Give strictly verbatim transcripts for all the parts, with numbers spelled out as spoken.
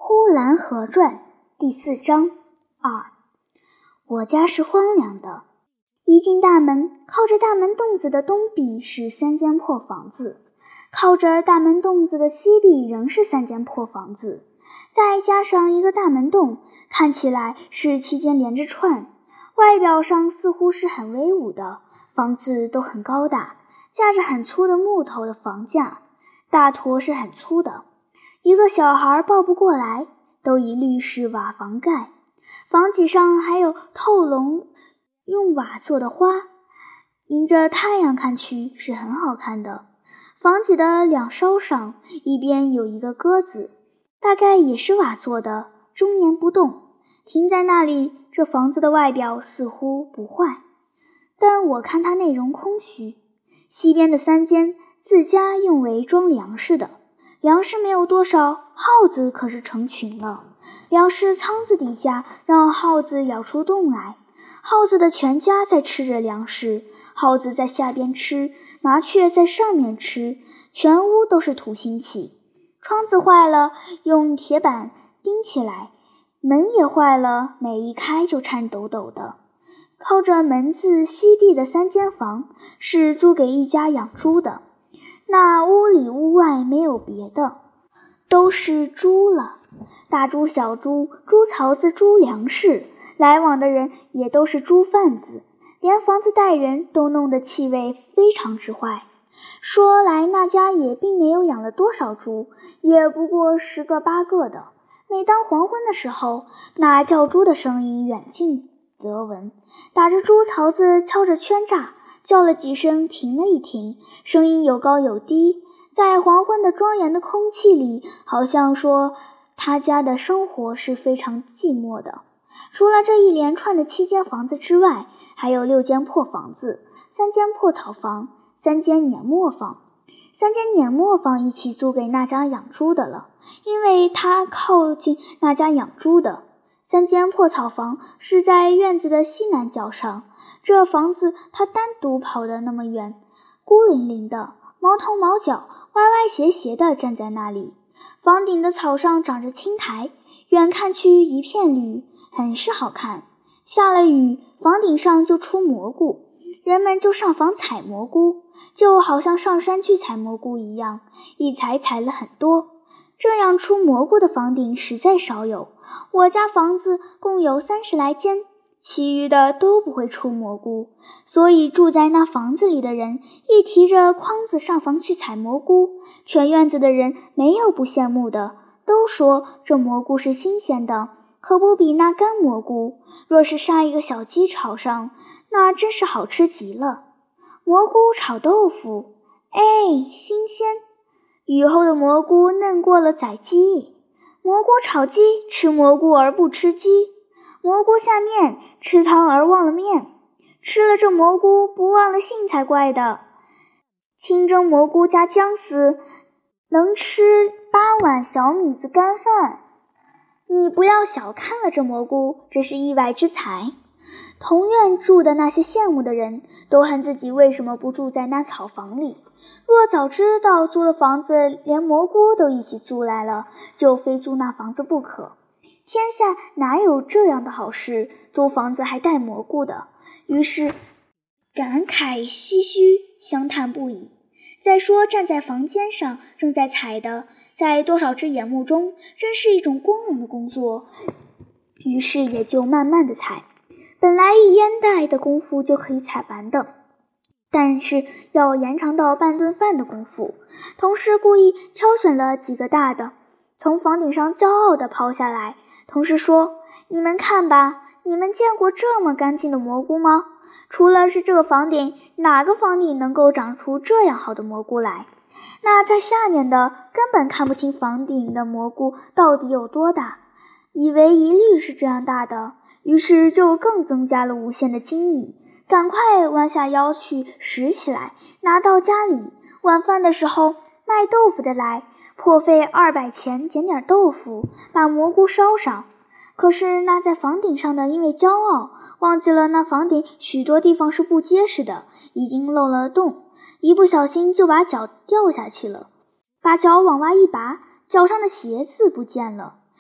呼兰河传第四章二。我家是荒凉的，一进大门，靠着大门洞子的东壁是三间破房子，靠着大门洞子的西壁仍是三间破房子，再加上一个大门洞，看起来是七间连着串，外表上似乎是很威武的，房子都很高大，架着很粗的木头的房架，大坨是很粗的，一个小孩抱不过来，都一律是瓦房盖，房脊上还有透笼用瓦做的花，迎着太阳看去是很好看的。房脊的两梢上一边有一个鸽子，大概也是瓦做的，终年不动，停在那里。这房子的外表似乎不坏，但我看它内容空虚。西边的三间自家用为装粮食的，粮食没有多少，耗子可是成群了。粮食仓子底下让耗子咬出洞来，耗子的全家在吃着粮食，耗子在下边吃，麻雀在上面吃，全屋都是土腥气。窗子坏了，用铁板钉起来，门也坏了，每一开就颤抖抖的。靠着门子西壁的三间房是租给一家养猪的，那屋里屋外没有别的，都是猪了，大猪小猪，猪槽子，猪粮食，来往的人也都是猪贩子，连房子带人都弄得气味非常之坏。说来那家也并没有养了多少猪，也不过十个八个的。每当黄昏的时候，那叫猪的声音远近则闻，打着猪槽子，敲着圈栅，叫了几声，停了一停，声音有高有低，在黄昏的庄严的空气里，好像说他家的生活是非常寂寞的。除了这一连串的七间房子之外，还有六间破房子，三间破草房，三间碾磨坊，三间碾磨坊一起租给那家养猪的了，因为他靠近那家养猪的。三间破草房是在院子的西南角上，这房子它单独跑得那么远，孤零零的，毛头毛脚，歪歪斜斜地站在那里。房顶的草上长着青苔，远看去一片绿，很是好看。下了雨，房顶上就出蘑菇，人们就上房采蘑菇，就好像上山去采蘑菇一样，一采采了很多。这样出蘑菇的房顶实在少有，我家房子共有三十来间，其余的都不会出蘑菇，所以住在那房子里的人一提着筐子上房去采蘑菇，全院子的人没有不羡慕的，都说这蘑菇是新鲜的，可不比那干蘑菇，若是杀一个小鸡炒上，那真是好吃极了。蘑菇炒豆腐，哎，新鲜！雨后的蘑菇嫩过了宰鸡，蘑菇炒鸡，吃蘑菇而不吃鸡，蘑菇下面，吃汤而忘了面，吃了这蘑菇不忘了性才怪的。清蒸蘑菇加姜丝，能吃八碗小米子干饭。你不要小看了这蘑菇，这是意外之财。同院住的那些羡慕的人都恨自己为什么不住在那草房里，若早知道租了房子连蘑菇都一起租来了，就非租那房子不可。天下哪有这样的好事，租房子还带蘑菇的？于是感慨唏嘘，相叹不已。再说站在房间上正在采的，在多少只眼目中真是一种光荣的工作，于是也就慢慢的采。本来一烟袋的功夫就可以采完的，但是要延长到半顿饭的功夫。同事故意挑选了几个大的，从房顶上骄傲地抛下来。同事说：“你们看吧，你们见过这么干净的蘑菇吗？除了是这个房顶，哪个房顶能够长出这样好的蘑菇来？那在下面的根本看不清房顶的蘑菇到底有多大，以为一律是这样大的，于是就更增加了无限的惊异，赶快弯下腰去拾起来，拿到家里。晚饭的时候，卖豆腐的来，破费二百钱捡点豆腐，把蘑菇烧上。可是那在房顶上的因为骄傲，忘记了那房顶许多地方是不结实的，已经漏了洞，一不小心就把脚掉下去了，把脚往外一拔，脚上的鞋子不见了。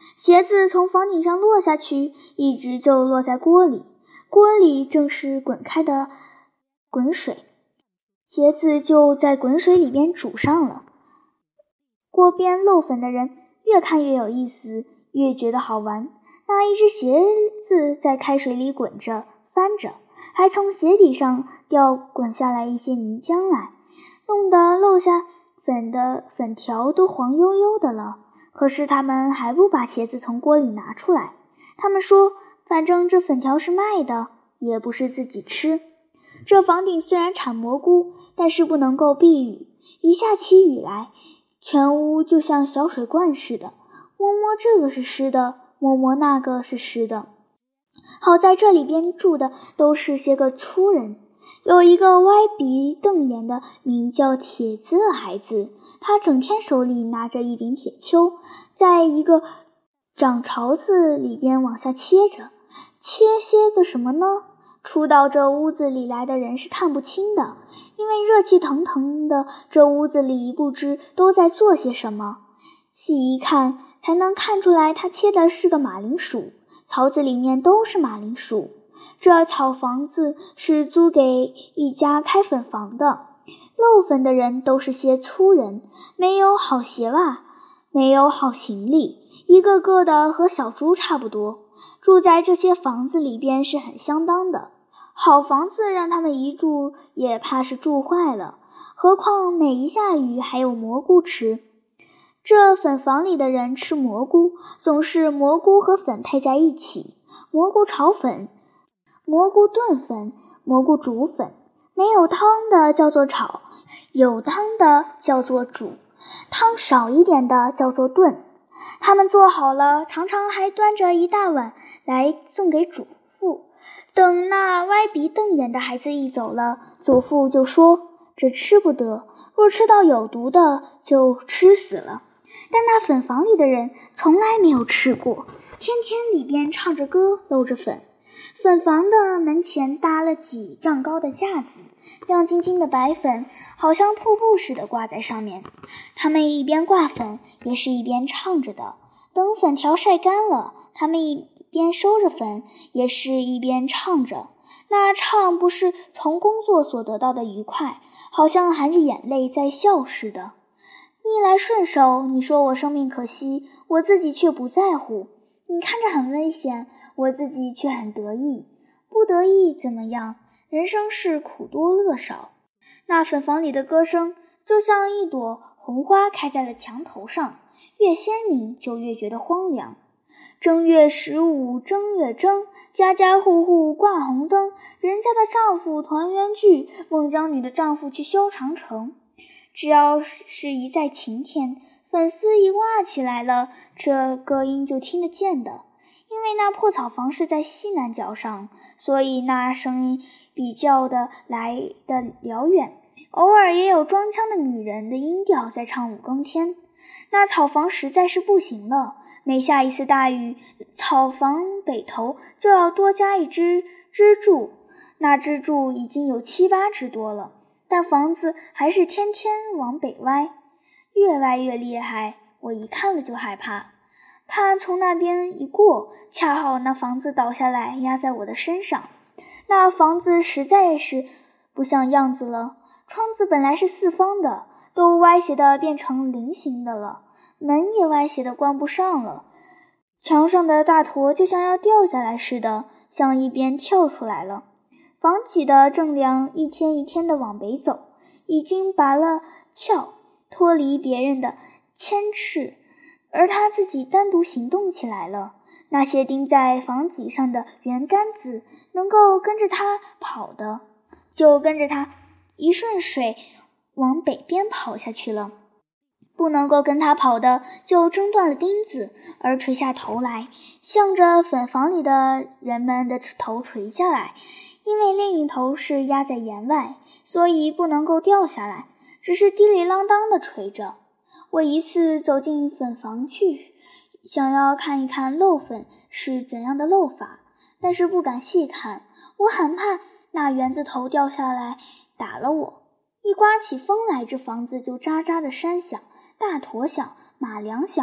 鞋子从房顶上落下去，一直就落在锅里，锅里正是滚开的滚水，鞋子就在滚水里边煮上了。锅边漏粉的人越看越有意思，越觉得好玩。那一只鞋子在开水里滚着翻着，还从鞋底上掉滚下来一些泥浆来，弄得漏下粉的粉条都黄悠悠的了。可是他们还不把鞋子从锅里拿出来，他们说反正这粉条是卖的，也不是自己吃。这房顶虽然产蘑菇，但是不能够避雨，一下起雨来，全屋就像小水罐似的，摸摸这个是湿的，摸摸那个是湿的。好在这里边住的都是些个粗人，有一个歪鼻瞪眼的名叫铁子的孩子，他整天手里拿着一柄铁锹，在一个长槽子里边往下切着，切些个什么呢？初到这屋子里来的人是看不清的，因为热气腾腾的，这屋子里不知都在做些什么。细一看才能看出来，他切的是个马铃薯，槽子里面都是马铃薯。这草房子是租给一家开粉房的，漏粉的人都是些粗人，没有好鞋袜，没有好行李，一个个的和小猪差不多。住在这些房子里边是很相当的，好房子让他们一住也怕是住坏了，何况每一下雨还有蘑菇吃。这粉房里的人吃蘑菇，总是蘑菇和粉配在一起，蘑菇炒粉，蘑菇炖粉，蘑菇煮粉，没有汤的叫做炒，有汤的叫做煮，汤少一点的叫做炖。他们做好了，常常还端着一大碗来送给祖父。等那歪鼻瞪眼的孩子一走了，祖父就说：“这吃不得，若吃到有毒的，就吃死了。”但那粉房里的人从来没有吃过，天天里边唱着歌，漏着粉。粉房的门前搭了几丈高的架子，亮晶晶的白粉好像瀑布似的挂在上面。他们一边挂粉，也是一边唱着的。等粉条晒干了，他们一边收着粉，也是一边唱着。那唱不是从工作所得到的愉快，好像含着眼泪在笑似的。逆来顺受，你说我生命可惜，我自己却不在乎。你看着很危险，我自己却很得意。不得意怎么样？人生是苦多乐少。那粉房里的歌声就像一朵红花开在了墙头上，越鲜明就越觉得荒凉。正月十五正月正，家家户户挂红灯，人家的丈夫团圆聚，孟姜女的丈夫去修长城。只要是一在晴天，粉丝一挂起来了，这歌音就听得见的。因为那破草房是在西南角上，所以那声音比较的来的辽远，偶尔也有装腔的女人的音调在唱五更天。那草房实在是不行了，每下一次大雨，草房北头就要多加一只支柱，那支柱已经有七八只多了，但房子还是天天往北歪，越歪越厉害，我一看了就害怕，怕从那边一过，恰好那房子倒下来压在我的身上。那房子实在是不像样子了，窗子本来是四方的，都歪斜的变成菱形的了，门也歪斜的关不上了，墙上的大坨就像要掉下来似的，向一边跳出来了。房脊的正梁一天一天的往北走，已经拔了鞘，脱离别人的牵制，而他自己单独行动起来了。那些钉在房脊上的圆杆子能够跟着他跑的，就跟着他一顺水往北边跑下去了，不能够跟他跑的就挣断了钉子，而垂下头来，向着粉房里的人们的头垂下来。因为另一头是压在檐外，所以不能够掉下来，只是滴里啷当的垂着。我一次走进粉房去，想要看一看漏粉是怎样的漏法，但是不敢细看，我很怕那圆子头掉下来打了我。一刮起风来，这房子就喳喳的山响，大坨响，马梁响，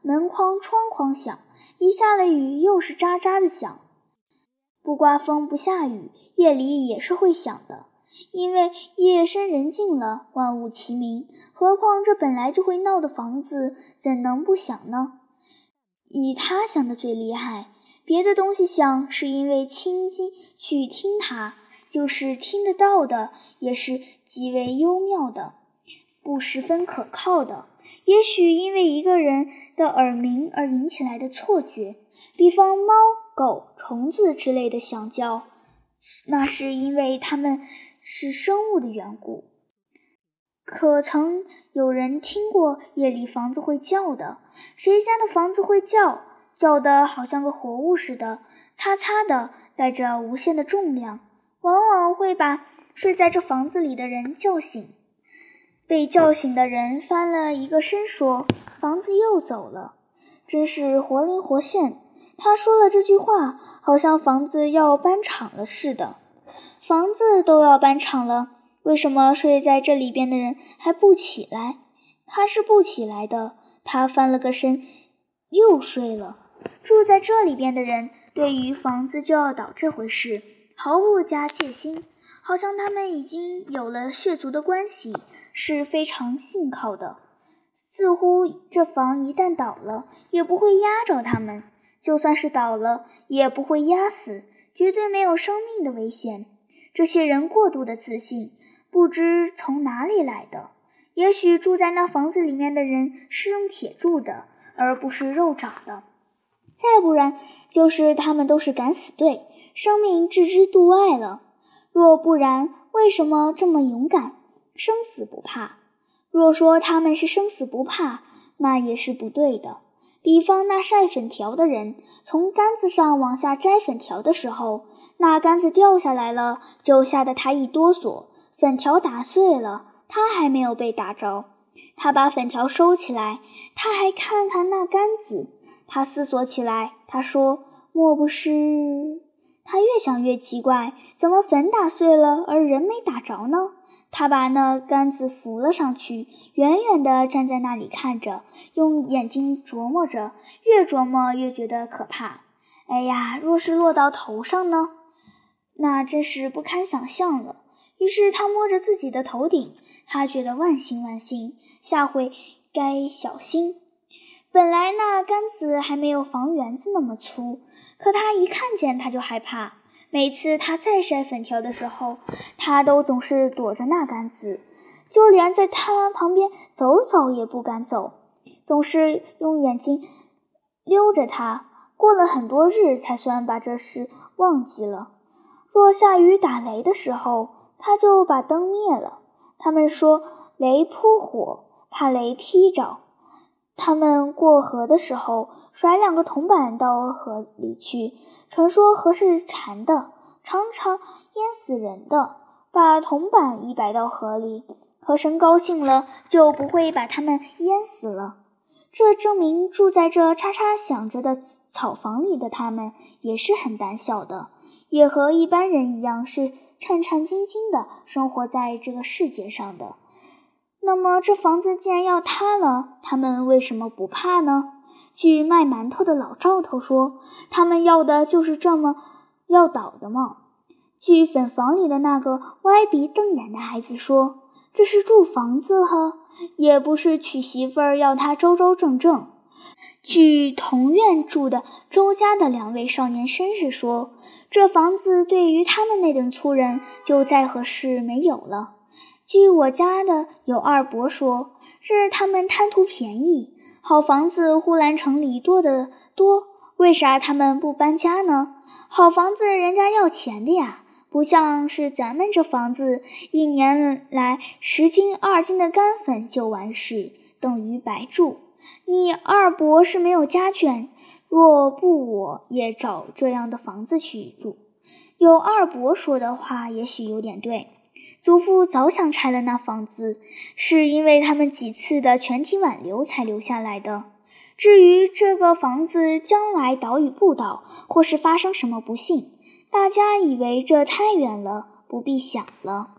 门框窗框响，一下了雨又是喳喳的响。不刮风不下雨，夜里也是会响的，因为夜深人静了，万物齐鸣，何况这本来就会闹的房子，怎能不响呢？以它响得最厉害，别的东西响是因为倾心去听它，就是听得到的，也是极为幽妙的，不十分可靠的。也许因为一个人的耳鸣而引起来的错觉，比方猫、狗、虫子之类的响叫，那是因为它们是生物的缘故。可曾有人听过夜里房子会叫的？谁家的房子会叫？叫得好像个活物似的，擦擦的，带着无限的重量，往往会把睡在这房子里的人叫醒。被叫醒的人翻了一个身说，房子又走了，真是活灵活现。他说了这句话，好像房子要搬场了似的。房子都要搬场了，为什么睡在这里边的人还不起来？他是不起来的，他翻了个身，又睡了。住在这里边的人对于房子就要倒这回事毫不加戒心，好像他们已经有了血族的关系，是非常信靠的，似乎这房一旦倒了也不会压着他们，就算是倒了也不会压死，绝对没有生命的危险。这些人过度的自信，不知从哪里来的，也许住在那房子里面的人是用铁铸的，而不是肉长的，再不然就是他们都是敢死队，生命置之度外了。若不然，为什么这么勇敢，生死不怕？若说他们是生死不怕，那也是不对的。比方那晒粉条的人，从杆子上往下摘粉条的时候，那杆子掉下来了，就吓得他一哆嗦，粉条打碎了，他还没有被打着。他把粉条收起来，他还看看那杆子，他思索起来，他说，莫不是……他越想越奇怪，怎么粉打碎了，而人没打着呢？他把那杆子扶了上去，远远地站在那里看着，用眼睛琢磨着，越琢磨越觉得可怕。哎呀，若是落到头上呢？那真是不堪想象了。于是他摸着自己的头顶，他觉得万幸万幸，下回该小心。本来那杆子还没有房檐子那么粗，可他一看见他就害怕。每次他再晒粉条的时候，他都总是躲着那杆子，就连在他旁边走走也不敢走，总是用眼睛溜着他。过了很多日才算把这事忘记了。若下雨打雷的时候，他就把灯灭了。他们说雷扑火，怕雷劈着。他们过河的时候，甩两个铜板到河里去，传说河是馋的，常常淹死人的，把铜板一摆到河里，河神高兴了，就不会把他们淹死了。这证明住在这叉叉响着的草房里的他们也是很胆小的，也和一般人一样是战战兢兢的生活在这个世界上的。那么这房子既然要塌了，他们为什么不怕呢？据卖馒头的老赵头说，他们要的就是这么要倒的吗？据粉房里的那个歪鼻瞪眼的孩子说，这是住房子呵，也不是娶媳妇儿要他周周正正。据同院住的周家的两位少年绅士说，这房子对于他们那等粗人就再合适没有了。据我家的有二伯说，是他们贪图便宜，好房子呼兰城里多得多，为啥他们不搬家呢？好房子人家要钱的呀，不像是咱们这房子，一年来十斤二斤的干粉就完事，等于白住。你二伯是没有家眷，若不我也找这样的房子去住。有二伯说的话也许有点对，祖父早想拆了那房子，是因为他们几次的全体挽留才留下来的。至于这个房子将来倒与不倒，或是发生什么不幸，大家以为这太远了，不必想了。